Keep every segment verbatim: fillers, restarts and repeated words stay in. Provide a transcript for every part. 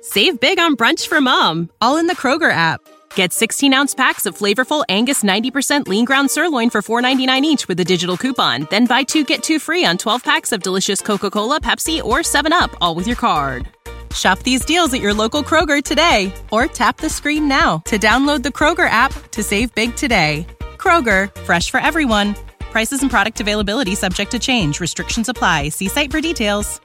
Save big on brunch for mom, all in the Kroger app. Get sixteen-ounce packs of flavorful Angus ninety percent lean ground sirloin for four ninety-nine each with a digital coupon. Then buy two, get two free on twelve packs of delicious Coca-Cola, Pepsi, or seven up, all with your card. Shop these deals at your local Kroger today, or tap the screen now to download the Kroger app to save big today. Kroger, fresh for everyone. Prices and product availability subject to change. Restrictions apply. See site for details.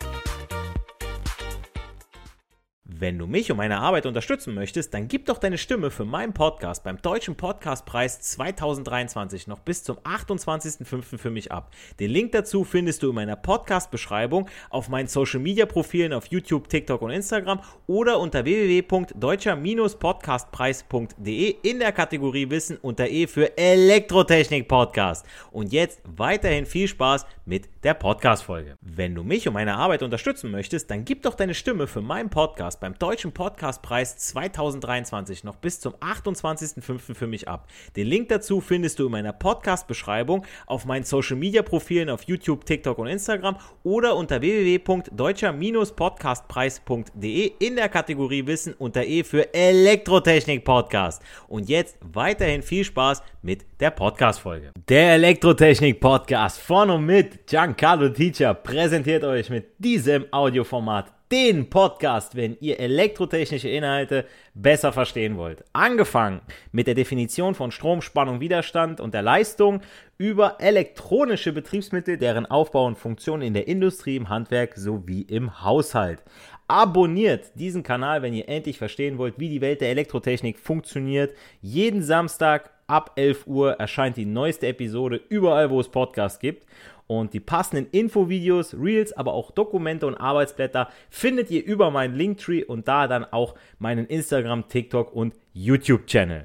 Wenn du mich und meine Arbeit unterstützen möchtest, dann gib doch deine Stimme für meinen Podcast beim Deutschen Podcastpreis zwanzig dreiundzwanzig noch bis zum achtundzwanzigsten fünften für mich ab. Den Link dazu findest du in meiner Podcast-Beschreibung, auf meinen Social-Media-Profilen auf YouTube, TikTok und Instagram oder unter w w w punkt deutscher podcastpreis punkt d e in der Kategorie Wissen unter E für Elektrotechnik-Podcast. Und jetzt weiterhin viel Spaß mit der Podcast-Folge. Wenn du mich und meine Arbeit unterstützen möchtest, dann gib doch deine Stimme für meinen Podcast beim Deutschen Podcastpreis zwanzig dreiundzwanzig noch bis zum achtundzwanzigsten fünften für mich ab. Den Link dazu findest du in meiner Podcast-Beschreibung, auf meinen Social-Media-Profilen auf YouTube, TikTok und Instagram oder unter w w w punkt deutscher podcastpreis punkt d e in der Kategorie Wissen unter E für Elektrotechnik-Podcast. Und jetzt weiterhin viel Spaß mit der Podcast-Folge. Der Elektrotechnik-Podcast von und mit Giancarlo Teacher präsentiert euch mit diesem Audioformat den Podcast, wenn ihr elektrotechnische Inhalte besser verstehen wollt. Angefangen mit der Definition von Strom, Spannung, Widerstand und der Leistung über elektronische Betriebsmittel, deren Aufbau und Funktion in der Industrie, im Handwerk sowie im Haushalt. Abonniert diesen Kanal, wenn ihr endlich verstehen wollt, wie die Welt der Elektrotechnik funktioniert. Jeden Samstag ab elf Uhr erscheint die neueste Episode überall, wo es Podcasts gibt. Und die passenden Infovideos, Reels, aber auch Dokumente und Arbeitsblätter findet ihr über meinen Linktree und da dann auch meinen Instagram, TikTok und YouTube-Channel.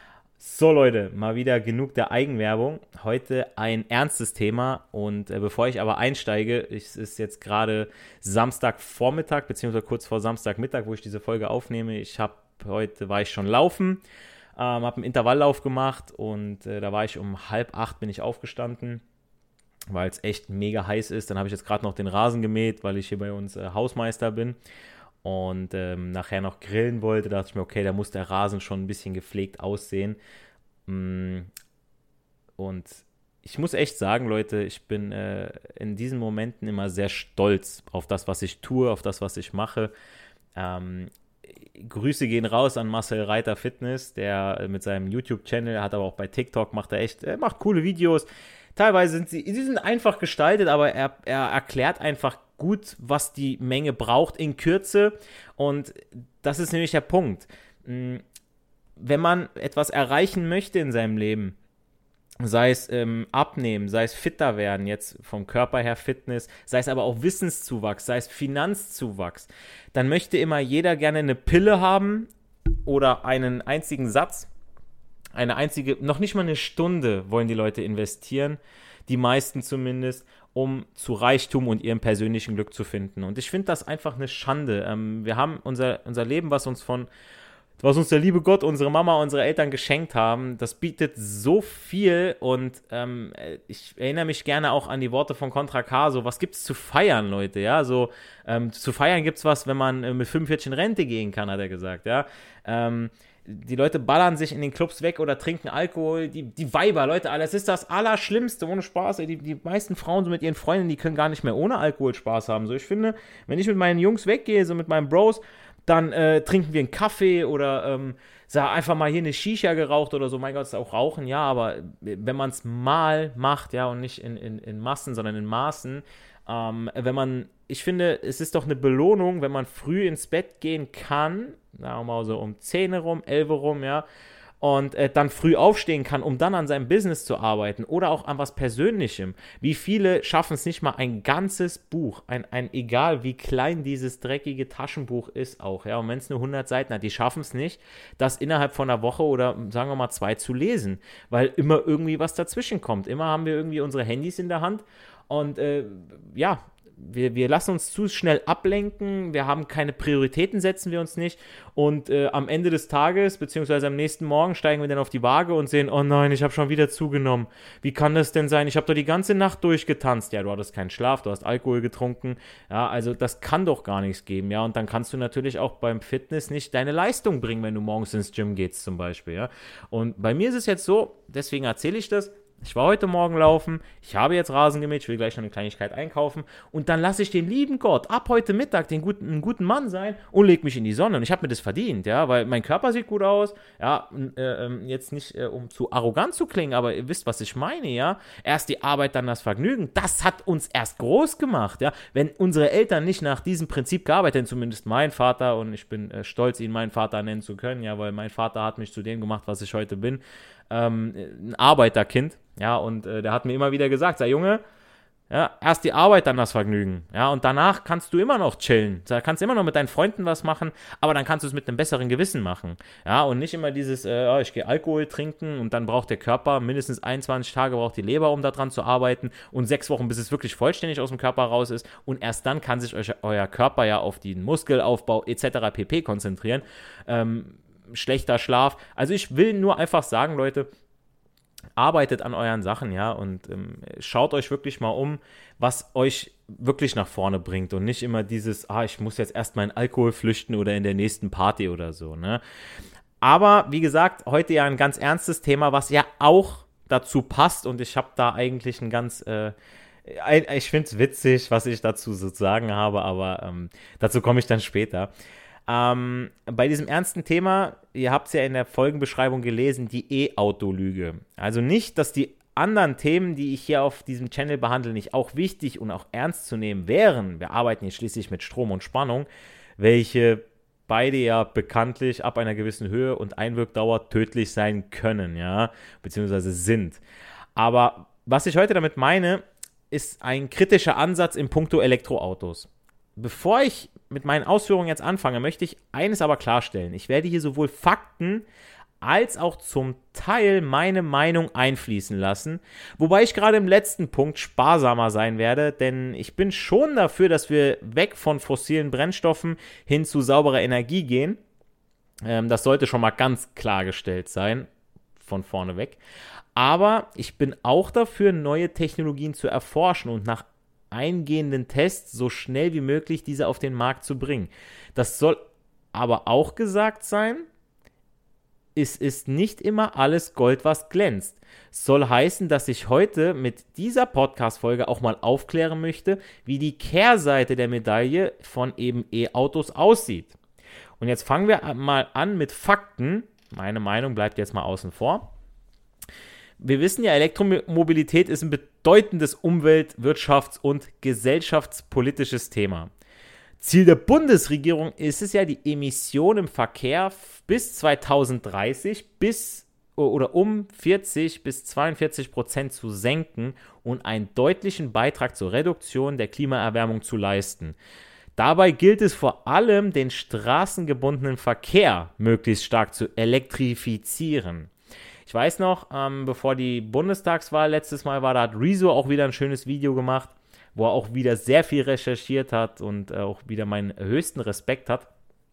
So Leute, mal wieder genug der Eigenwerbung. Heute ein ernstes Thema und äh, bevor ich aber einsteige, es ist jetzt gerade Samstagvormittag beziehungsweise kurz vor Samstagmittag, wo ich diese Folge aufnehme. Ich habe heute war ich schon laufen, ähm, habe einen Intervalllauf gemacht und äh, da war ich um halb acht bin ich aufgestanden, weil es echt mega heiß ist. Dann habe ich jetzt gerade noch den Rasen gemäht, weil ich hier bei uns äh, Hausmeister bin und ähm, nachher noch grillen wollte. Da dachte ich mir, okay, da muss der Rasen schon ein bisschen gepflegt aussehen. Mm. Und ich muss echt sagen, Leute, ich bin äh, in diesen Momenten immer sehr stolz auf das, was ich tue, auf das, was ich mache. Ähm, Grüße gehen raus an Marcel Reiter Fitness, der mit seinem YouTube-Channel, hat aber auch bei TikTok, macht er echt, er macht coole Videos. Teilweise sind sie, sie sind einfach gestaltet, aber er, er erklärt einfach gut, was die Menge braucht in Kürze. Und das ist nämlich der Punkt. Wenn man etwas erreichen möchte in seinem Leben, sei es ähm, abnehmen, sei es fitter werden, jetzt vom Körper her Fitness, sei es aber auch Wissenszuwachs, sei es Finanzzuwachs, dann möchte immer jeder gerne eine Pille haben oder einen einzigen Satz. Eine einzige, noch nicht mal eine Stunde wollen die Leute investieren, die meisten zumindest, um zu Reichtum und ihrem persönlichen Glück zu finden. Und ich finde das einfach eine Schande. Ähm, wir haben unser, unser Leben, was uns von, was uns der liebe Gott, unsere Mama, unsere Eltern geschenkt haben, das bietet so viel und ähm, ich erinnere mich gerne auch an die Worte von Contra K, so, was gibt's zu feiern, Leute, ja, so, ähm, zu feiern gibt's was, wenn man äh, mit fünfundvierzig in Rente gehen kann, hat er gesagt, ja, ähm, die Leute ballern sich in den Clubs weg oder trinken Alkohol, die, die Weiber, Leute, das ist das Allerschlimmste, ohne Spaß, die, die meisten Frauen so mit ihren Freundinnen, die können gar nicht mehr ohne Alkohol Spaß haben, so, ich finde, wenn ich mit meinen Jungs weggehe, so mit meinen Bros, dann äh, trinken wir einen Kaffee oder ähm, sag, einfach mal hier eine Shisha geraucht oder so, mein Gott, ist auch Rauchen, ja, aber wenn man es mal macht, ja, und nicht in, in, in Massen, sondern in Maßen, ähm, wenn man, ich finde, es ist doch eine Belohnung, wenn man früh ins Bett gehen kann, sagen wir mal so um zehn rum, elf rum, ja, und äh, dann früh aufstehen kann, um dann an seinem Business zu arbeiten oder auch an was Persönlichem. Wie viele schaffen es nicht mal, ein ganzes Buch, ein, ein egal wie klein dieses dreckige Taschenbuch ist auch, ja, und wenn es nur hundert Seiten hat, die schaffen es nicht, das innerhalb von einer Woche oder sagen wir mal zwei zu lesen, weil immer irgendwie was dazwischen kommt. Immer haben wir irgendwie unsere Handys in der Hand und äh, ja, wir, wir lassen uns zu schnell ablenken, wir haben keine Prioritäten, setzen wir uns nicht und äh, am Ende des Tages, beziehungsweise am nächsten Morgen steigen wir dann auf die Waage und sehen, oh nein, ich habe schon wieder zugenommen. Wie kann das denn sein? Ich habe doch die ganze Nacht durchgetanzt. Ja, du hattest keinen Schlaf, du hast Alkohol getrunken. Ja, also das kann doch gar nichts geben. Ja, und dann kannst du natürlich auch beim Fitness nicht deine Leistung bringen, wenn du morgens ins Gym gehst zum Beispiel. Ja. Und bei mir ist es jetzt so, deswegen erzähle ich das, ich war heute Morgen laufen, ich habe jetzt Rasen gemäht, ich will gleich noch eine Kleinigkeit einkaufen und dann lasse ich den lieben Gott ab heute Mittag den guten, einen guten Mann sein und lege mich in die Sonne und ich habe mir das verdient, ja, weil mein Körper sieht gut aus, ja, äh, jetzt nicht, äh, um zu arrogant zu klingen, aber ihr wisst, was ich meine, ja, erst die Arbeit, dann das Vergnügen, das hat uns erst groß gemacht, ja, wenn unsere Eltern nicht nach diesem Prinzip gearbeitet hätten, zumindest mein Vater und ich bin äh, stolz, ihn meinen Vater nennen zu können, ja, weil mein Vater hat mich zu dem gemacht, was ich heute bin, ähm, ein Arbeiterkind. Ja, und äh, der hat mir immer wieder gesagt, sei Junge, ja, erst die Arbeit, dann das Vergnügen. Ja, und danach kannst du immer noch chillen. Da kannst du immer noch mit deinen Freunden was machen, aber dann kannst du es mit einem besseren Gewissen machen. Ja, und nicht immer dieses, äh, ich gehe Alkohol trinken und dann braucht der Körper mindestens einundzwanzig Tage, braucht die Leber, um daran zu arbeiten und sechs Wochen, bis es wirklich vollständig aus dem Körper raus ist. Und erst dann kann sich euch, euer Körper ja auf den Muskelaufbau et cetera pp. Konzentrieren. Ähm, schlechter Schlaf. Also ich will nur einfach sagen, Leute, arbeitet an euren Sachen, ja, und ähm, schaut euch wirklich mal um, was euch wirklich nach vorne bringt und nicht immer dieses, ah, ich muss jetzt erstmal in Alkohol flüchten oder in der nächsten Party oder so, ne. Aber, wie gesagt, heute ja ein ganz ernstes Thema, was ja auch dazu passt und ich habe da eigentlich ein ganz, äh, ich finde es witzig, was ich dazu so zu sagen habe, aber ähm, dazu komme ich dann später. Ähm, bei diesem ernsten Thema, ihr habt es ja in der Folgenbeschreibung gelesen, die E-Auto-Lüge. Also nicht, dass die anderen Themen, die ich hier auf diesem Channel behandle, nicht auch wichtig und auch ernst zu nehmen wären. Wir arbeiten hier schließlich mit Strom und Spannung, welche beide ja bekanntlich ab einer gewissen Höhe und Einwirkdauer tödlich sein können, ja, beziehungsweise sind. Aber was ich heute damit meine, ist ein kritischer Ansatz in puncto Elektroautos. Bevor ich mit meinen Ausführungen jetzt anfange, möchte ich eines aber klarstellen. Ich werde hier sowohl Fakten als auch zum Teil meine Meinung einfließen lassen, wobei ich gerade im letzten Punkt sparsamer sein werde, denn ich bin schon dafür, dass wir weg von fossilen Brennstoffen hin zu sauberer Energie gehen. Ähm, das sollte schon mal ganz klargestellt sein, von vorne weg. Aber ich bin auch dafür, neue Technologien zu erforschen und nach eingehenden Tests so schnell wie möglich diese auf den Markt zu bringen. Das soll aber auch gesagt sein, es ist nicht immer alles Gold, was glänzt. Soll heißen, dass ich heute mit dieser Podcast-Folge auch mal aufklären möchte, wie die Kehrseite der Medaille von eben E-Autos aussieht. Und jetzt fangen wir mal an mit Fakten. Meine Meinung bleibt jetzt mal außen vor. Wir wissen ja, Elektromobilität ist ein bedeutendes Umwelt-, Wirtschafts- und gesellschaftspolitisches Thema. Ziel der Bundesregierung ist es ja, die Emissionen im Verkehr bis zweitausenddreißig bis oder um vierzig bis zweiundvierzig Prozent zu senken und einen deutlichen Beitrag zur Reduktion der Klimaerwärmung zu leisten. Dabei gilt es vor allem, den straßengebundenen Verkehr möglichst stark zu elektrifizieren. Ich weiß noch, ähm, bevor die Bundestagswahl letztes Mal war, da hat Rezo auch wieder ein schönes Video gemacht, wo er auch wieder sehr viel recherchiert hat und äh, auch wieder meinen höchsten Respekt hat.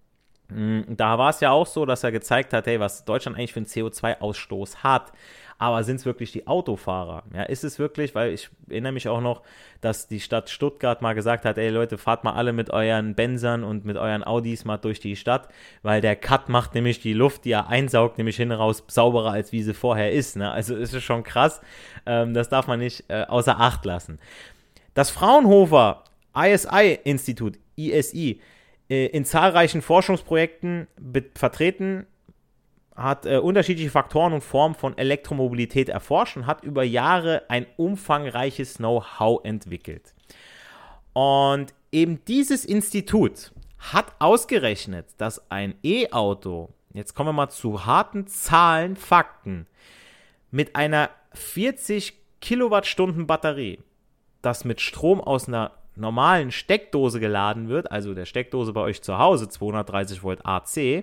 Da war es ja auch so, dass er gezeigt hat, hey, was Deutschland eigentlich für einen C O zwei Ausstoß hat. Aber sind es wirklich die Autofahrer? Ja, ist es wirklich, weil ich erinnere mich auch noch, dass die Stadt Stuttgart mal gesagt hat, ey Leute, fahrt mal alle mit euren Benzern und mit euren Audis mal durch die Stadt, weil der Cut macht nämlich die Luft, die er einsaugt, nämlich hin raus sauberer, als wie sie vorher ist. Ne? Also ist es schon krass, ähm, das darf man nicht äh, außer Acht lassen. Das Fraunhofer I S I-Institut, I S I, äh, in zahlreichen Forschungsprojekten be- vertreten, hat äh, unterschiedliche Faktoren und Formen von Elektromobilität erforscht und hat über Jahre ein umfangreiches Know-how entwickelt. Und eben dieses Institut hat ausgerechnet, dass ein E-Auto, jetzt kommen wir mal zu harten Zahlen, Fakten, mit einer vierzig Kilowattstunden Batterie, das mit Strom aus einer normalen Steckdose geladen wird, also der Steckdose bei euch zu Hause, zweihundertdreißig Volt A C,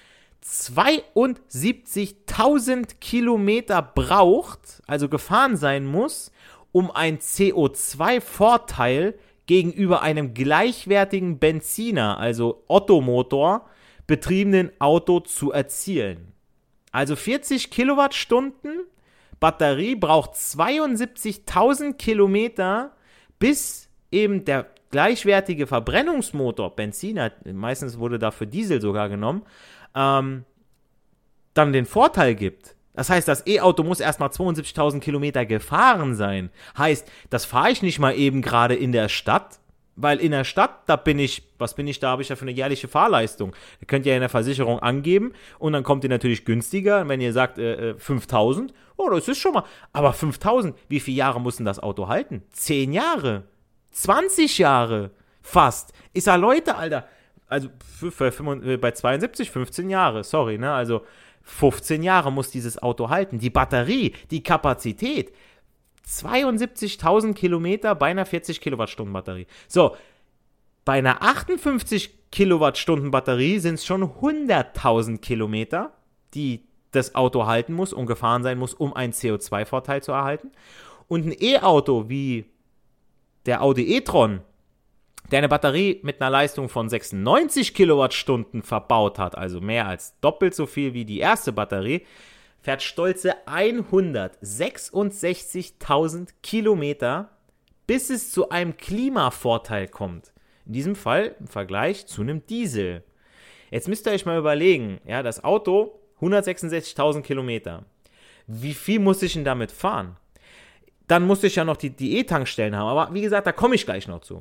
zweiundsiebzigtausend Kilometer braucht, also gefahren sein muss, um einen C O zwei Vorteil gegenüber einem gleichwertigen Benziner, also Ottomotor, betriebenen Auto zu erzielen. Also vierzig Kilowattstunden Batterie braucht zweiundsiebzigtausend Kilometer, bis eben der gleichwertige Verbrennungsmotor, Benziner, meistens wurde dafür Diesel sogar genommen, ähm, dann den Vorteil gibt. Das heißt, das E-Auto muss erstmal zweiundsiebzigtausend Kilometer gefahren sein. Heißt, das fahre ich nicht mal eben gerade in der Stadt, weil in der Stadt, da bin ich, was bin ich da, habe ich ja für eine jährliche Fahrleistung. Ihr könnt ja in der Versicherung angeben und dann kommt ihr natürlich günstiger. Und wenn ihr sagt äh, fünftausend, oh, das ist schon mal, aber fünftausend, wie viele Jahre muss denn das Auto halten? zehn Jahre, zwanzig Jahre, fast. Ich sag, Leute, Alter, also für, für, für, bei zweiundsiebzig, fünfzehn Jahre, sorry, ne, also fünfzehn Jahre muss dieses Auto halten. Die Batterie, die Kapazität, zweiundsiebzigtausend Kilometer bei einer vierzig Kilowattstunden Batterie. So, bei einer achtundfünfzig Kilowattstunden Batterie sind es schon hunderttausend Kilometer, die das Auto halten muss und gefahren sein muss, um einen C O zwei Vorteil zu erhalten. Und ein E-Auto wie der Audi e-tron, der eine Batterie mit einer Leistung von sechsundneunzig Kilowattstunden verbaut hat, also mehr als doppelt so viel wie die erste Batterie, fährt stolze hundertsechsundsechzigtausend Kilometer, bis es zu einem Klimavorteil kommt. In diesem Fall im Vergleich zu einem Diesel. Jetzt müsst ihr euch mal überlegen, ja, das Auto, hundertsechsundsechzigtausend Kilometer. Wie viel muss ich denn damit fahren? Dann muss ich ja noch die, die E-Tankstellen haben, aber wie gesagt, da komme ich gleich noch zu.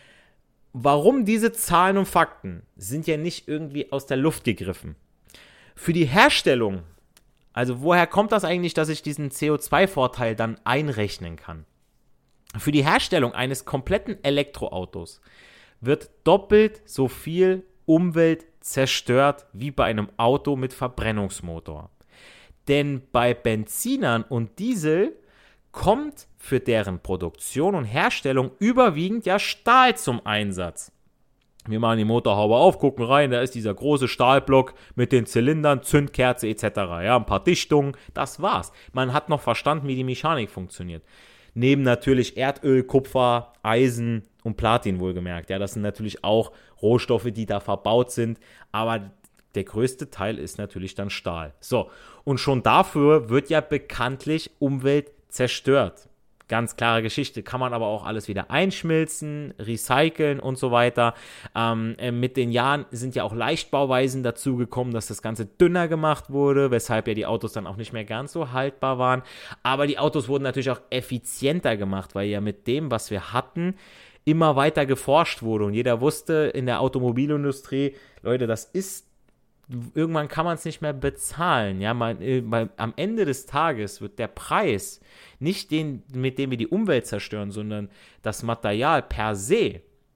Warum diese Zahlen und Fakten sind ja nicht irgendwie aus der Luft gegriffen. Für die Herstellung, also woher kommt das eigentlich, dass ich diesen C O zwei Vorteil dann einrechnen kann? Für die Herstellung eines kompletten Elektroautos wird doppelt so viel Umwelt zerstört wie bei einem Auto mit Verbrennungsmotor. Denn bei Benzinern und Diesel kommt für deren Produktion und Herstellung überwiegend ja Stahl zum Einsatz. Wir machen die Motorhaube auf, gucken rein, da ist dieser große Stahlblock mit den Zylindern, Zündkerze et cetera. Ja, ein paar Dichtungen, das war's. Man hat noch verstanden, wie die Mechanik funktioniert. Neben natürlich Erdöl, Kupfer, Eisen und Platin wohlgemerkt. Ja, das sind natürlich auch Rohstoffe, die da verbaut sind, aber der größte Teil ist natürlich dann Stahl. So, und schon dafür wird ja bekanntlich Umwelt zerstört. Ganz klare Geschichte, kann man aber auch alles wieder einschmilzen, recyceln und so weiter. Ähm, äh, mit den Jahren sind ja auch Leichtbauweisen dazugekommen, dass das Ganze dünner gemacht wurde, weshalb ja die Autos dann auch nicht mehr ganz so haltbar waren. Aber die Autos wurden natürlich auch effizienter gemacht, weil ja mit dem, was wir hatten, immer weiter geforscht wurde. Und jeder wusste in der Automobilindustrie, Leute, das ist irgendwann kann man es nicht mehr bezahlen. Ja, man, äh, weil am Ende des Tages wird der Preis nicht den, mit dem wir die Umwelt zerstören, sondern das Material per se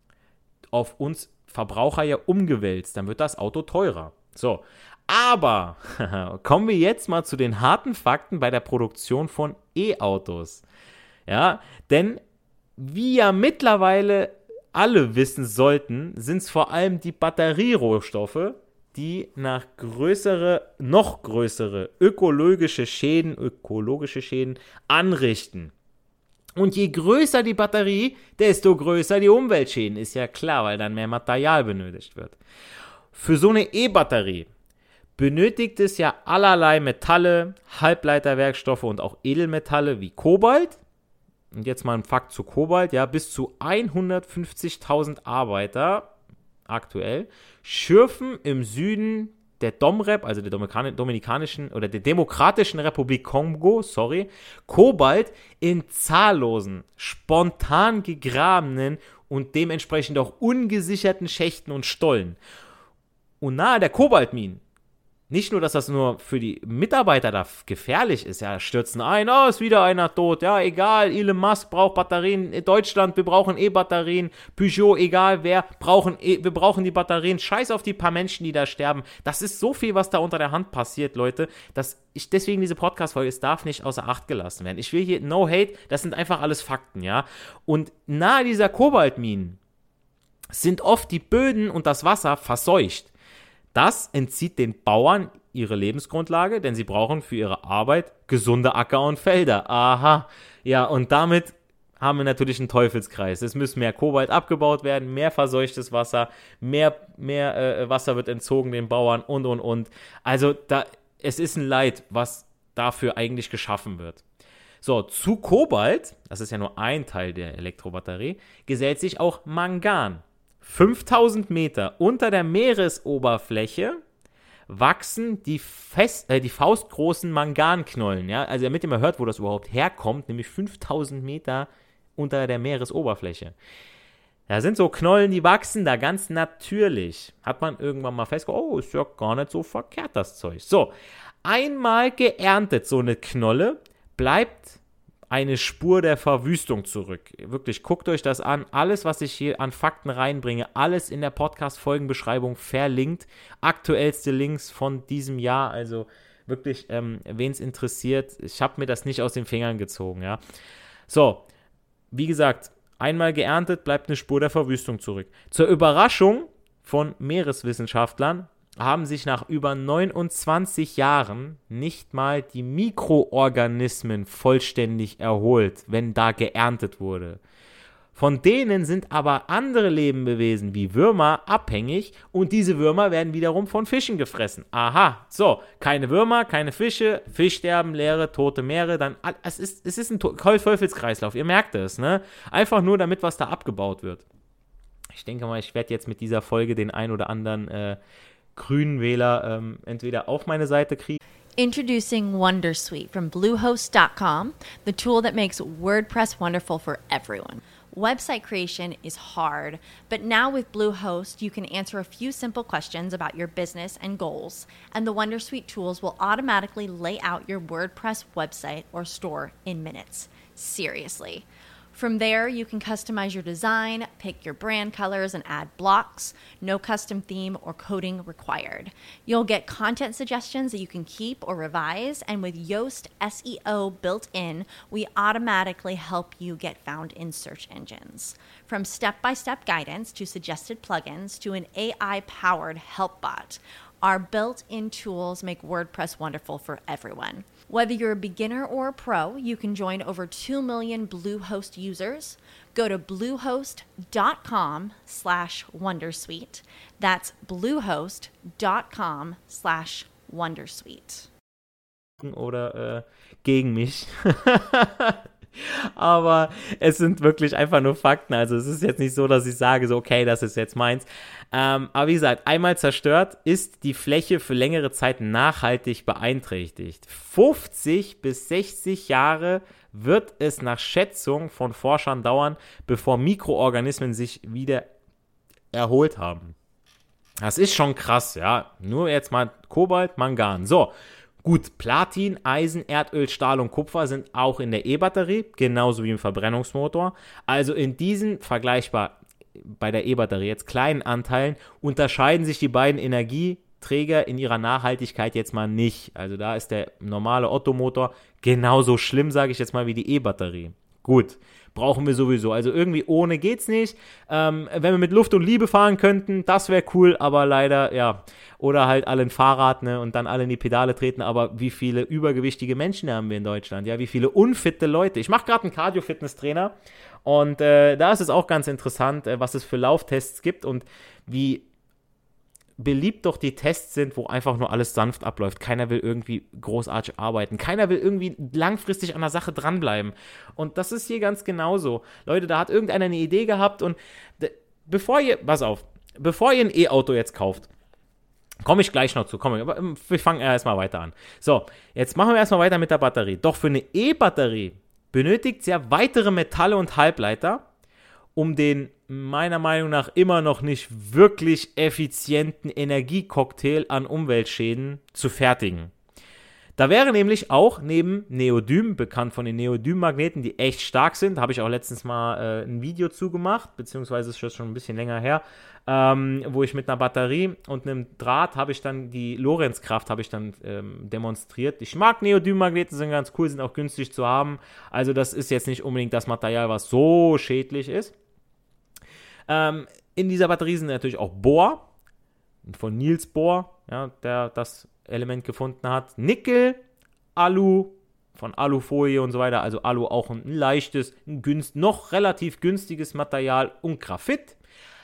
auf uns Verbraucher ja umgewälzt. Dann wird das Auto teurer. So, aber kommen wir jetzt mal zu den harten Fakten bei der Produktion von E-Autos. Ja, denn wie ja mittlerweile alle wissen sollten, sind es vor allem die Batterierohstoffe, die nach größere, noch größere ökologische Schäden, ökologische Schäden anrichten. Und je größer die Batterie, desto größer die Umweltschäden. Ist ja klar, weil dann mehr Material benötigt wird. Für so eine E-Batterie benötigt es ja allerlei Metalle, Halbleiterwerkstoffe und auch Edelmetalle wie Kobalt. Und jetzt mal ein Fakt zu Kobalt, ja, bis zu hundertfünfzigtausend Arbeiter aktuell schürfen im Süden der Domrep, also der Dominikanischen oder der Demokratischen Republik Kongo, sorry, Kobalt in zahllosen, spontan gegrabenen und dementsprechend auch ungesicherten Schächten und Stollen. Und nahe der Kobaltminen, nicht nur, dass das nur für die Mitarbeiter da gefährlich ist, ja, stürzen ein, oh, ist wieder einer tot, ja, egal, Elon Musk braucht Batterien, in Deutschland, wir brauchen E-Batterien, Peugeot, egal wer, brauchen e- wir brauchen die Batterien, scheiß auf die paar Menschen, die da sterben, das ist so viel, was da unter der Hand passiert, Leute, dass ich deswegen diese Podcast-Folge, es darf nicht außer Acht gelassen werden. Ich will hier, no hate, das sind einfach alles Fakten, ja, und nahe dieser Kobaltminen sind oft die Böden und das Wasser verseucht. Das entzieht den Bauern ihre Lebensgrundlage, denn sie brauchen für ihre Arbeit gesunde Acker und Felder. Aha, ja, und damit haben wir natürlich einen Teufelskreis. Es muss mehr Kobalt abgebaut werden, mehr verseuchtes Wasser, mehr, mehr äh, Wasser wird entzogen den Bauern und, und, und. Also da, es ist ein Leid, was dafür eigentlich geschaffen wird. So, zu Kobalt, das ist ja nur ein Teil der Elektrobatterie, gesellt sich auch Mangan. fünftausend Meter unter der Meeresoberfläche wachsen die, fest, äh, die faustgroßen Manganknollen. Ja? Also damit ihr mal hört, wo das überhaupt herkommt, nämlich fünftausend Meter unter der Meeresoberfläche. Da sind so Knollen, die wachsen da ganz natürlich. Hat man irgendwann mal festgestellt, oh, ist ja gar nicht so verkehrt, das Zeug. So, einmal geerntet, so eine Knolle, bleibt eine Spur der Verwüstung zurück. Wirklich, guckt euch das an. Alles, was ich hier an Fakten reinbringe, alles in der Podcast-Folgenbeschreibung verlinkt. Aktuellste Links von diesem Jahr, also wirklich, ähm, wen es interessiert, ich habe mir das nicht aus den Fingern gezogen, ja. So, wie gesagt, einmal geerntet, bleibt eine Spur der Verwüstung zurück. Zur Überraschung von Meereswissenschaftlern haben sich nach über neunundzwanzig Jahren nicht mal die Mikroorganismen vollständig erholt, wenn da geerntet wurde. Von denen sind aber andere Lebewesen wie Würmer abhängig und diese Würmer werden wiederum von Fischen gefressen. Aha, so, keine Würmer, keine Fische, Fischsterben, leere, tote Meere, dann, es ist, es ist ein Teufelskreislauf, ihr merkt es, ne? Einfach nur damit, was da abgebaut wird. Ich denke mal, ich werde jetzt mit dieser Folge den ein oder anderen äh, grünen Wähler ähm, entweder auf meine Seite kriegen. Introducing Wondersuite from Bluehost dot com, the tool that makes WordPress wonderful for everyone. Website creation is hard, but now with Bluehost, you can answer a few simple questions about your business and goals, and the Wondersuite tools will automatically lay out your WordPress website or store in minutes. Seriously. From there, you can customize your design, pick your brand colors, and add blocks. No custom theme or coding required. You'll get content suggestions that you can keep or revise, and with Yoast S E O built in, we automatically help you get found in search engines. From step-by-step guidance to suggested plugins to an A I-powered help bot, our built-in tools make WordPress wonderful for everyone. Whether you're a beginner or a pro, you can join over two million Bluehost users. Go to bluehost.com slash wondersuite. That's bluehost.com slash wondersuite. Oder äh, gegen mich. Aber es sind wirklich einfach nur Fakten. Also es ist jetzt nicht so, dass ich sage, so okay, das ist jetzt meins. Ähm, aber wie gesagt, einmal zerstört, ist die Fläche für längere Zeit nachhaltig beeinträchtigt. fünfzig bis sechzig Jahre wird es nach Schätzung von Forschern dauern, bevor Mikroorganismen sich wieder erholt haben. Das ist schon krass, ja. Nur jetzt mal Kobalt, Mangan. So. Gut, Platin, Eisen, Erdöl, Stahl und Kupfer sind auch in der E-Batterie, genauso wie im Verbrennungsmotor. Also in diesen vergleichbar bei der E-Batterie jetzt kleinen Anteilen unterscheiden sich die beiden Energieträger in ihrer Nachhaltigkeit jetzt mal nicht. Also da ist der normale Ottomotor genauso schlimm, sage ich jetzt mal, wie die E-Batterie. Gut, brauchen wir sowieso. Also irgendwie ohne geht's nicht. Ähm, wenn wir mit Luft und Liebe fahren könnten, das wäre cool, aber leider, ja. Oder halt alle ein Fahrrad, ne, und dann alle in die Pedale treten. Aber wie viele übergewichtige Menschen haben wir in Deutschland? Ja, wie viele unfitte Leute. Ich mache gerade einen Cardio-Fitness-Trainer und äh, da ist es auch ganz interessant, äh, was es für Lauftests gibt und wie beliebt doch die Tests sind, wo einfach nur alles sanft abläuft. Keiner will irgendwie großartig arbeiten. Keiner will irgendwie langfristig an der Sache dranbleiben. Und das ist hier ganz genauso. Leute, da hat irgendeiner eine Idee gehabt und de- bevor ihr, pass auf, bevor ihr ein E-Auto jetzt kauft, komme ich gleich noch zu, komm, aber wir fangen erstmal weiter an. So, jetzt machen wir erstmal weiter mit der Batterie. Doch für eine E-Batterie benötigt es ja weitere Metalle und Halbleiter, um den meiner Meinung nach immer noch nicht wirklich effizienten Energiecocktail an Umweltschäden zu fertigen. Da wäre nämlich auch neben Neodym, bekannt von den Neodym-Magneten, die echt stark sind, habe ich auch letztens mal äh, ein Video zugemacht, beziehungsweise ist das schon ein bisschen länger her, ähm, wo ich mit einer Batterie und einem Draht habe ich dann die Lorenzkraft habe ich dann ähm, demonstriert. Ich mag Neodym-Magneten, sind ganz cool, sind auch günstig zu haben, also das ist jetzt nicht unbedingt das Material, was so schädlich ist. Ähm, in dieser Batterie sind natürlich auch Bohr, von Niels Bohr, ja, der das Element gefunden hat, Nickel, Alu, von Alufolie und so weiter, also Alu auch ein leichtes, ein günst, noch relativ günstiges Material und Graphit.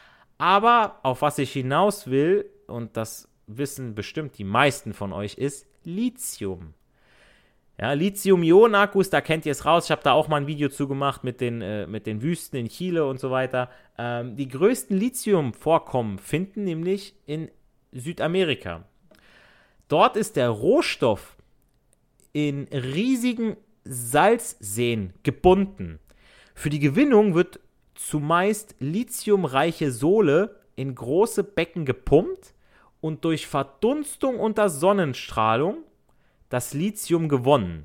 Aber auf was ich hinaus will, und das wissen bestimmt die meisten von euch, ist Lithium. Ja, Lithium-Ionen-Akkus, da kennt ihr es raus. Ich habe da auch mal ein Video zu gemacht mit den, äh, mit den Wüsten in Chile und so weiter. Ähm, die größten Lithium-Vorkommen finden nämlich in Südamerika. Dort ist der Rohstoff in riesigen Salzseen gebunden. Für die Gewinnung wird zumeist lithiumreiche Sohle in große Becken gepumpt und durch Verdunstung unter Sonnenstrahlung das Lithium gewonnen.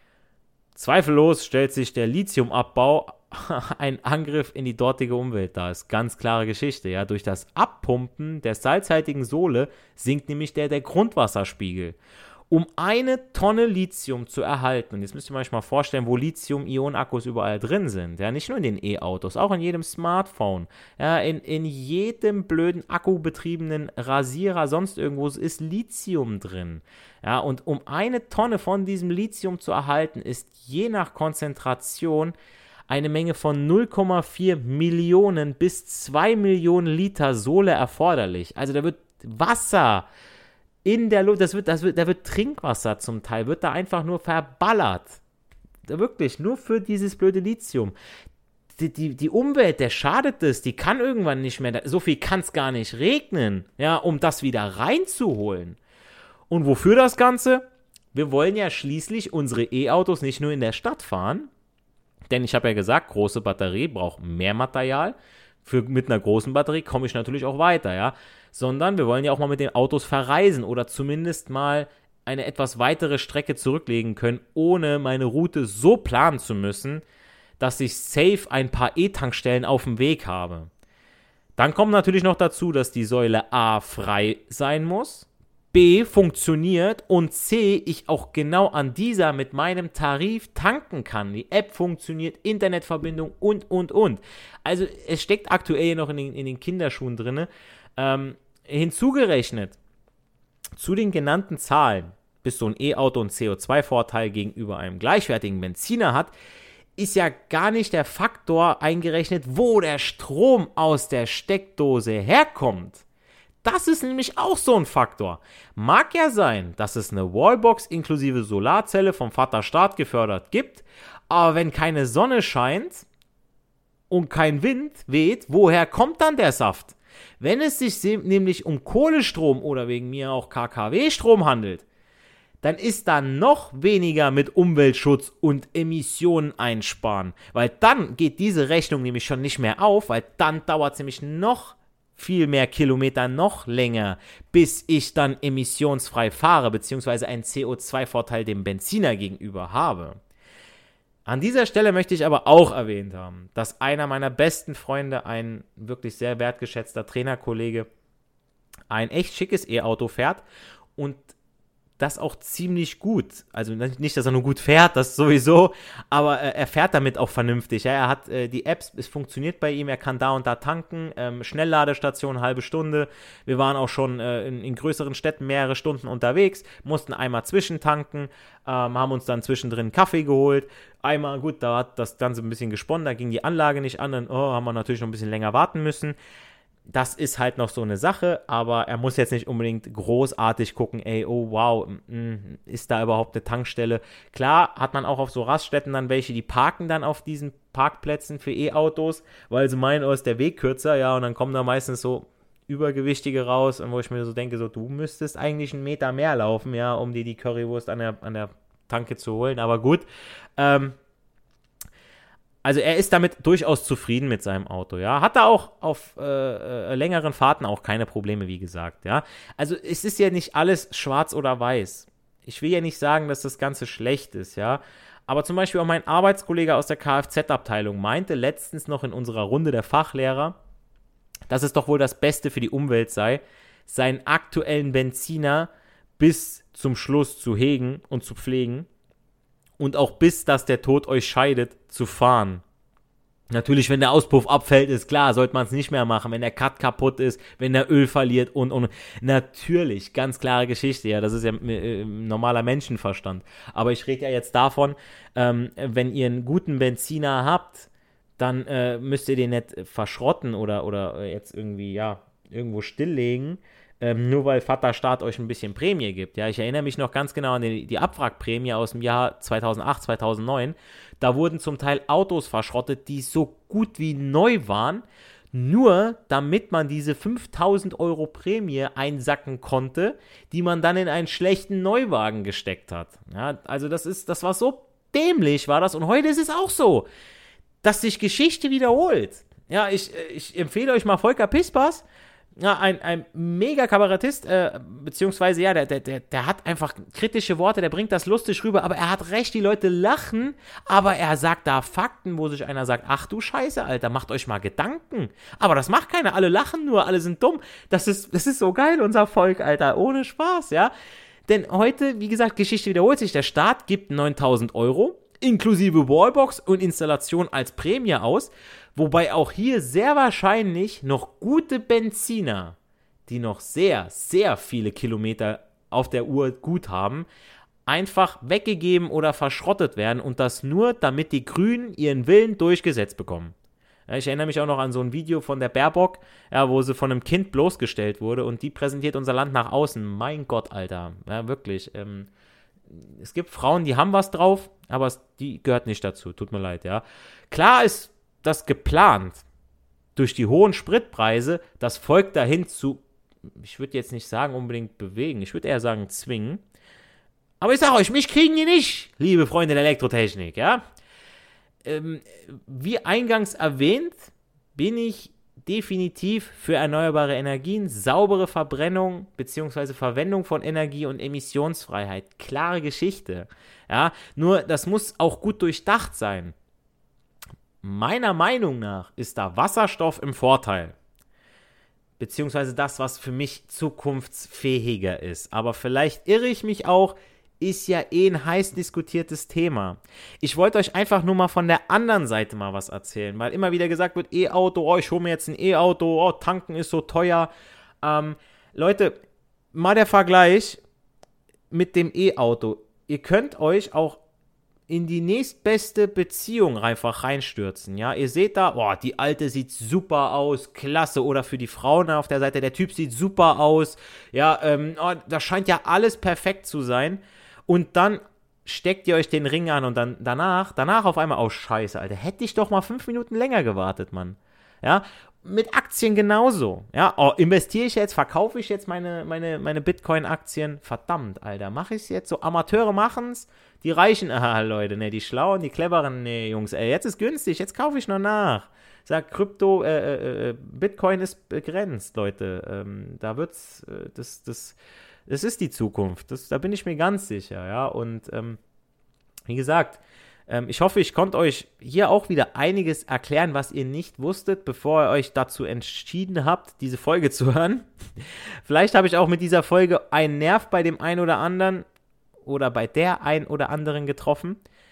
Zweifellos stellt sich der Lithiumabbau ein Angriff in die dortige Umwelt dar. Ist ganz klare Geschichte. Ja? Durch das Abpumpen der salzhaltigen Sohle sinkt nämlich der, der Grundwasserspiegel. Um eine Tonne Lithium zu erhalten, und jetzt müsst ihr euch mal vorstellen, wo Lithium-Ionen-Akkus überall drin sind, ja, nicht nur in den E-Autos, auch in jedem Smartphone, ja, in, in jedem blöden akkubetriebenen Rasierer, sonst irgendwo ist Lithium drin, ja, und um eine Tonne von diesem Lithium zu erhalten, ist je nach Konzentration eine Menge von null Komma vier Millionen bis zwei Millionen Liter Sohle erforderlich, also da wird Wasser in der Luft, das wird, das wird, da wird Trinkwasser zum Teil, wird da einfach nur verballert. Da wirklich, nur für dieses blöde Lithium. Die, die, die Umwelt, der schadet es, die kann irgendwann nicht mehr, so viel kann es gar nicht regnen, ja, um das wieder reinzuholen. Und wofür das Ganze? Wir wollen ja schließlich unsere E-Autos nicht nur in der Stadt fahren, denn ich habe ja gesagt, große Batterie braucht mehr Material. Für, mit einer großen Batterie komme ich natürlich auch weiter, ja, sondern wir wollen ja auch mal mit den Autos verreisen oder zumindest mal eine etwas weitere Strecke zurücklegen können, ohne meine Route so planen zu müssen, dass ich safe ein paar E-Tankstellen auf dem Weg habe. Dann kommt natürlich noch dazu, dass die Säule A frei sein muss, B funktioniert und C, ich auch genau an dieser mit meinem Tarif tanken kann. Die App funktioniert, Internetverbindung und, und, und. Also es steckt aktuell noch in den, in den Kinderschuhen drin. Ähm, hinzugerechnet zu den genannten Zahlen, bis so ein E-Auto einen C O zwei Vorteil gegenüber einem gleichwertigen Benziner hat, ist ja gar nicht der Faktor eingerechnet, wo der Strom aus der Steckdose herkommt. Das ist nämlich auch so ein Faktor. Mag ja sein, dass es eine Wallbox inklusive Solarzelle vom Vaterstaat gefördert gibt, aber wenn keine Sonne scheint und kein Wind weht, woher kommt dann der Saft? Wenn es sich nämlich um Kohlestrom oder wegen mir auch K K W-Strom handelt, dann ist da noch weniger mit Umweltschutz und Emissionen einsparen, weil dann geht diese Rechnung nämlich schon nicht mehr auf, weil dann dauert es nämlich noch viel mehr Kilometer, noch länger, bis ich dann emissionsfrei fahre, beziehungsweise einen C O zwei Vorteil dem Benziner gegenüber habe. An dieser Stelle möchte ich aber auch erwähnt haben, dass einer meiner besten Freunde, ein wirklich sehr wertgeschätzter Trainerkollege, ein echt schickes E-Auto fährt und das auch ziemlich gut. Also nicht, dass er nur gut fährt, das sowieso, aber äh, er fährt damit auch vernünftig. Ja? Er hat äh, die Apps, es funktioniert bei ihm, er kann da und da tanken, ähm, Schnellladestation, halbe Stunde. Wir waren auch schon äh, in, in größeren Städten mehrere Stunden unterwegs, mussten einmal zwischentanken, ähm, haben uns dann zwischendrin einen Kaffee geholt. Einmal, gut, da hat das Ganze ein bisschen gesponnen, da ging die Anlage nicht an, dann oh, haben wir natürlich noch ein bisschen länger warten müssen. Das ist halt noch so eine Sache, aber er muss jetzt nicht unbedingt großartig gucken, ey, oh wow, ist da überhaupt eine Tankstelle? Klar hat man auch auf so Raststätten dann welche, die parken dann auf diesen Parkplätzen für E-Autos, weil sie meinen, oh, ist der Weg kürzer, ja, und dann kommen da meistens so Übergewichtige raus, wo ich mir so denke, so, du müsstest eigentlich einen Meter mehr laufen, ja, um dir die Currywurst an der, an der Tanke zu holen, aber gut, ähm, also er ist damit durchaus zufrieden mit seinem Auto, ja. Hat er auch auf äh, äh, längeren Fahrten auch keine Probleme, wie gesagt, ja. Also es ist ja nicht alles schwarz oder weiß. Ich will ja nicht sagen, dass das Ganze schlecht ist, ja. Aber zum Beispiel auch mein Arbeitskollege aus der Kfz-Abteilung meinte letztens noch in unserer Runde der Fachlehrer, dass es doch wohl das Beste für die Umwelt sei, seinen aktuellen Benziner bis zum Schluss zu hegen und zu pflegen. Und auch bis, dass der Tod euch scheidet, zu fahren. Natürlich, wenn der Auspuff abfällt, ist klar, sollte man es nicht mehr machen, wenn der Cut kaputt ist, wenn der Öl verliert und, und, natürlich, ganz klare Geschichte, ja, das ist ja äh, normaler Menschenverstand, aber ich rede ja jetzt davon, ähm, wenn ihr einen guten Benziner habt, dann äh, müsst ihr den nicht verschrotten oder, oder jetzt irgendwie, ja, irgendwo stilllegen, ähm, nur weil Vater Staat euch ein bisschen Prämie gibt, ja, ich erinnere mich noch ganz genau an die, die Abwrackprämie aus dem Jahr zweitausendacht, zweitausendneun, da wurden zum Teil Autos verschrottet, die so gut wie neu waren, nur damit man diese fünftausend Euro Prämie einsacken konnte, die man dann in einen schlechten Neuwagen gesteckt hat. Ja, also das ist, das war so dämlich, war das. Und heute ist es auch so, dass sich Geschichte wiederholt. Ja, ich, ich empfehle euch mal Volker Pispers. Ja, ein, ein mega Kabarettist, äh, beziehungsweise, ja, der, der, der hat einfach kritische Worte, der bringt das lustig rüber, aber er hat recht, die Leute lachen, aber er sagt da Fakten, wo sich einer sagt, ach du Scheiße, Alter, macht euch mal Gedanken. Aber das macht keiner, alle lachen nur, alle sind dumm. Das ist, das ist so geil, unser Volk, Alter, ohne Spaß, ja. Denn heute, wie gesagt, Geschichte wiederholt sich, der Staat gibt neuntausend Euro, inklusive Wallbox und Installation als Prämie aus, wobei auch hier sehr wahrscheinlich noch gute Benziner, die noch sehr, sehr viele Kilometer auf der Uhr gut haben, einfach weggegeben oder verschrottet werden und das nur, damit die Grünen ihren Willen durchgesetzt bekommen. Ja, ich erinnere mich auch noch an so ein Video von der Baerbock, ja, wo sie von einem Kind bloßgestellt wurde und die präsentiert unser Land nach außen. Mein Gott, Alter, ja, wirklich, ähm, es gibt Frauen, die haben was drauf, aber es, die gehört nicht dazu, tut mir leid, ja. Klar ist das geplant, durch die hohen Spritpreise das Volk dahin zu, ich würde jetzt nicht sagen unbedingt bewegen, ich würde eher sagen zwingen, aber ich sage euch, mich kriegen die nicht, liebe Freunde der Elektrotechnik, ja. Ähm, wie eingangs erwähnt, bin ich definitiv für erneuerbare Energien, saubere Verbrennung bzw. Verwendung von Energie und Emissionsfreiheit. Klare Geschichte. Ja, nur das muss auch gut durchdacht sein. Meiner Meinung nach ist da Wasserstoff im Vorteil. Beziehungsweise das, was für mich zukunftsfähiger ist. Aber vielleicht irre ich mich auch, ist ja eh ein heiß diskutiertes Thema. Ich wollte euch einfach nur mal von der anderen Seite mal was erzählen, weil immer wieder gesagt wird, E-Auto, oh, ich hole mir jetzt ein E-Auto, oh, tanken ist so teuer. Ähm, Leute, mal der Vergleich mit dem E-Auto. Ihr könnt euch auch in die nächstbeste Beziehung einfach reinstürzen, ja. Ihr seht da, boah, die Alte sieht super aus, klasse, oder für die Frauen auf der Seite, der Typ sieht super aus, ja, ähm, oh, das scheint ja alles perfekt zu sein. Und dann steckt ihr euch den Ring an und dann danach, danach auf einmal, oh Scheiße, Alter, hätte ich doch mal fünf Minuten länger gewartet, Mann. Ja, mit Aktien genauso. Ja, oh, investiere ich jetzt, verkaufe ich jetzt meine, meine, meine Bitcoin-Aktien? Verdammt, Alter, mache ich es jetzt so? Amateure machen es, die Reichen, aha, Leute, ne, die Schlauen, die Cleveren, ne, Jungs, ey, jetzt ist günstig, jetzt kaufe ich noch nach. Sag, Krypto, äh, äh, Bitcoin ist begrenzt, Leute. Ähm, da wird's, äh, das, das, das ist die Zukunft. Das, da bin ich mir ganz sicher, ja. Und ähm, wie gesagt, ähm, ich hoffe, ich konnte euch hier auch wieder einiges erklären, was ihr nicht wusstet, bevor ihr euch dazu entschieden habt, diese Folge zu hören. Vielleicht habe ich auch mit dieser Folge einen Nerv bei dem einen oder anderen oder bei der ein oder anderen getroffen.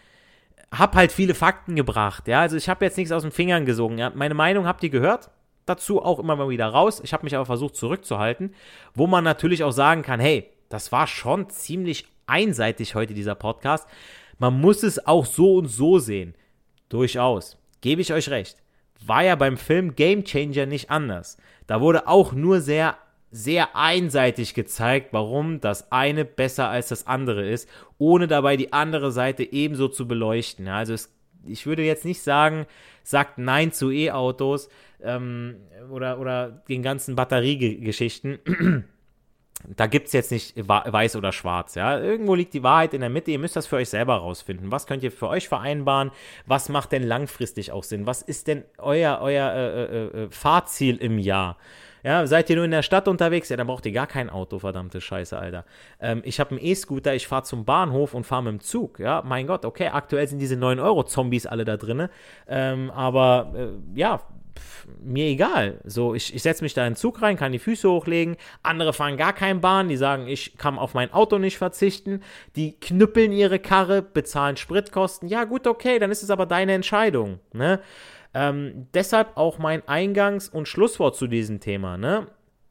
Hab halt viele Fakten gebracht, ja. Also ich habe jetzt nichts aus den Fingern gesogen, ja. Meine Meinung habt ihr gehört. Dazu auch immer mal wieder raus. Ich habe mich aber versucht zurückzuhalten, wo man natürlich auch sagen kann, hey, das war schon ziemlich einseitig heute, dieser Podcast. Man muss es auch so und so sehen. Durchaus. Gebe ich euch recht. War ja beim Film Game Changer nicht anders. Da wurde auch nur sehr, sehr einseitig gezeigt, warum das eine besser als das andere ist, ohne dabei die andere Seite ebenso zu beleuchten. Also es, ich würde jetzt nicht sagen, sagt Nein zu E-Autos, ähm, oder, oder den ganzen Batteriegeschichten. Da gibt es jetzt nicht weiß oder schwarz, ja. Irgendwo liegt die Wahrheit in der Mitte. Ihr müsst das für euch selber rausfinden. Was könnt ihr für euch vereinbaren? Was macht denn langfristig auch Sinn? Was ist denn euer, euer äh, äh, Fahrziel im Jahr? Ja, seid ihr nur in der Stadt unterwegs? Ja, dann braucht ihr gar kein Auto, verdammte Scheiße, Alter. Ähm, ich habe einen E-Scooter, ich fahre zum Bahnhof und fahre mit dem Zug. Ja, mein Gott, okay, aktuell sind diese neun Euro Zombies alle da drin. Ähm, aber, äh, ja, pff, mir egal. So, ich, ich setze mich da in den Zug rein, kann die Füße hochlegen. Andere fahren gar kein Bahn, die sagen, ich kann auf mein Auto nicht verzichten. Die knüppeln ihre Karre, bezahlen Spritkosten. Ja, gut, okay, dann ist es aber deine Entscheidung, ne? Ähm, deshalb auch mein Eingangs- und Schlusswort zu diesem Thema, ne?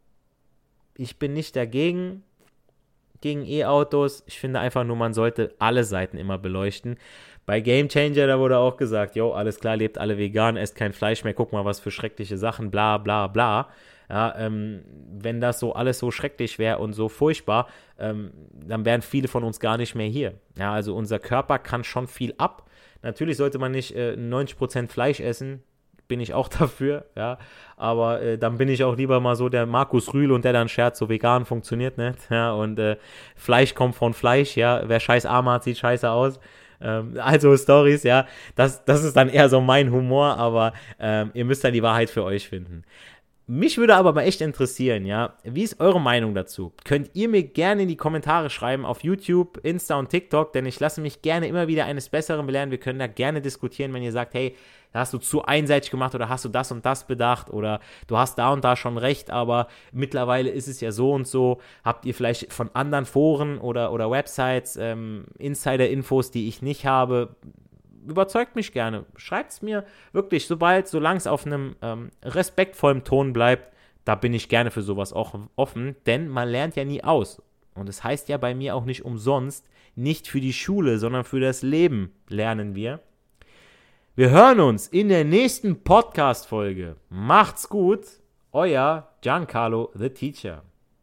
Ich bin nicht dagegen, gegen E-Autos. Ich finde einfach nur, man sollte alle Seiten immer beleuchten. Bei Game Changer, da wurde auch gesagt, jo, alles klar, lebt alle vegan, esst kein Fleisch mehr, guck mal, was für schreckliche Sachen, bla, bla, bla. Ja, ähm, wenn das so alles so schrecklich wäre und so furchtbar, ähm, dann wären viele von uns gar nicht mehr hier. Ja, also unser Körper kann schon viel ab. Natürlich sollte man nicht äh, neunzig Prozent Fleisch essen, bin ich auch dafür, ja, aber äh, dann bin ich auch lieber mal so der Markus Rühl und der dann scherzt, so vegan funktioniert nicht, ja, und äh, Fleisch kommt von Fleisch, ja, wer scheiß Arm hat, sieht scheiße aus. Ähm, also Storys, ja, das, das ist dann eher so mein Humor, aber ähm, ihr müsst dann die Wahrheit für euch finden. Mich würde aber mal echt interessieren, ja, wie ist eure Meinung dazu? Könnt ihr mir gerne in die Kommentare schreiben auf YouTube, Insta und TikTok, denn ich lasse mich gerne immer wieder eines Besseren belehren. Wir können da gerne diskutieren, wenn ihr sagt, hey, da hast du zu einseitig gemacht oder hast du das und das bedacht oder du hast da und da schon recht, aber mittlerweile ist es ja so und so. Habt ihr vielleicht von anderen Foren oder, oder Websites ähm, Insider-Infos, die ich nicht habe? Überzeugt mich gerne. Schreibt es mir wirklich, sobald, solange es auf einem ähm, respektvollen Ton bleibt, da bin ich gerne für sowas auch offen, denn man lernt ja nie aus. Und es heißt ja bei mir auch nicht umsonst, nicht für die Schule, sondern für das Leben lernen wir. Wir hören uns in der nächsten Podcast-Folge. Macht's gut, euer Giancarlo the Teacher.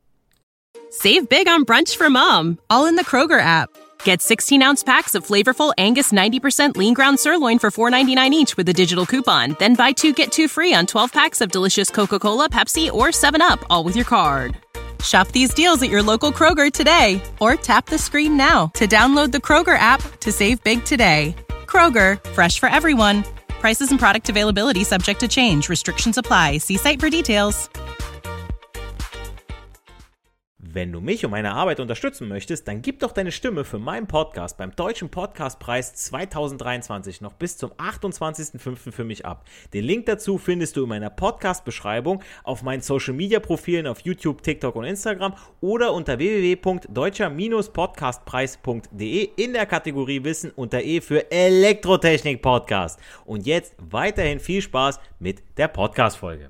Save big on brunch for mom, all in the Kroger app. Get sixteen-ounce packs of flavorful Angus ninety percent lean ground sirloin for four ninety-nine each with a digital coupon. Then buy two, get two free on twelve packs of delicious Coca-Cola, Pepsi, or seven up, all with your card. Shop these deals at your local Kroger today, or tap the screen now to download the Kroger app to save big today. Kroger, fresh for everyone. Prices and product availability subject to change. Restrictions apply. See site for details. Wenn du mich und meine Arbeit unterstützen möchtest, dann gib doch deine Stimme für meinen Podcast beim Deutschen Podcastpreis zwanzig dreiundzwanzig noch bis zum achtundzwanzigsten fünften für mich ab. Den Link dazu findest du in meiner Podcast-Beschreibung, auf meinen Social-Media-Profilen auf YouTube, TikTok und Instagram oder unter w w w punkt deutscher podcastpreis punkt de in der Kategorie Wissen unter E für Elektrotechnik-Podcast. Und jetzt weiterhin viel Spaß mit der Podcast-Folge.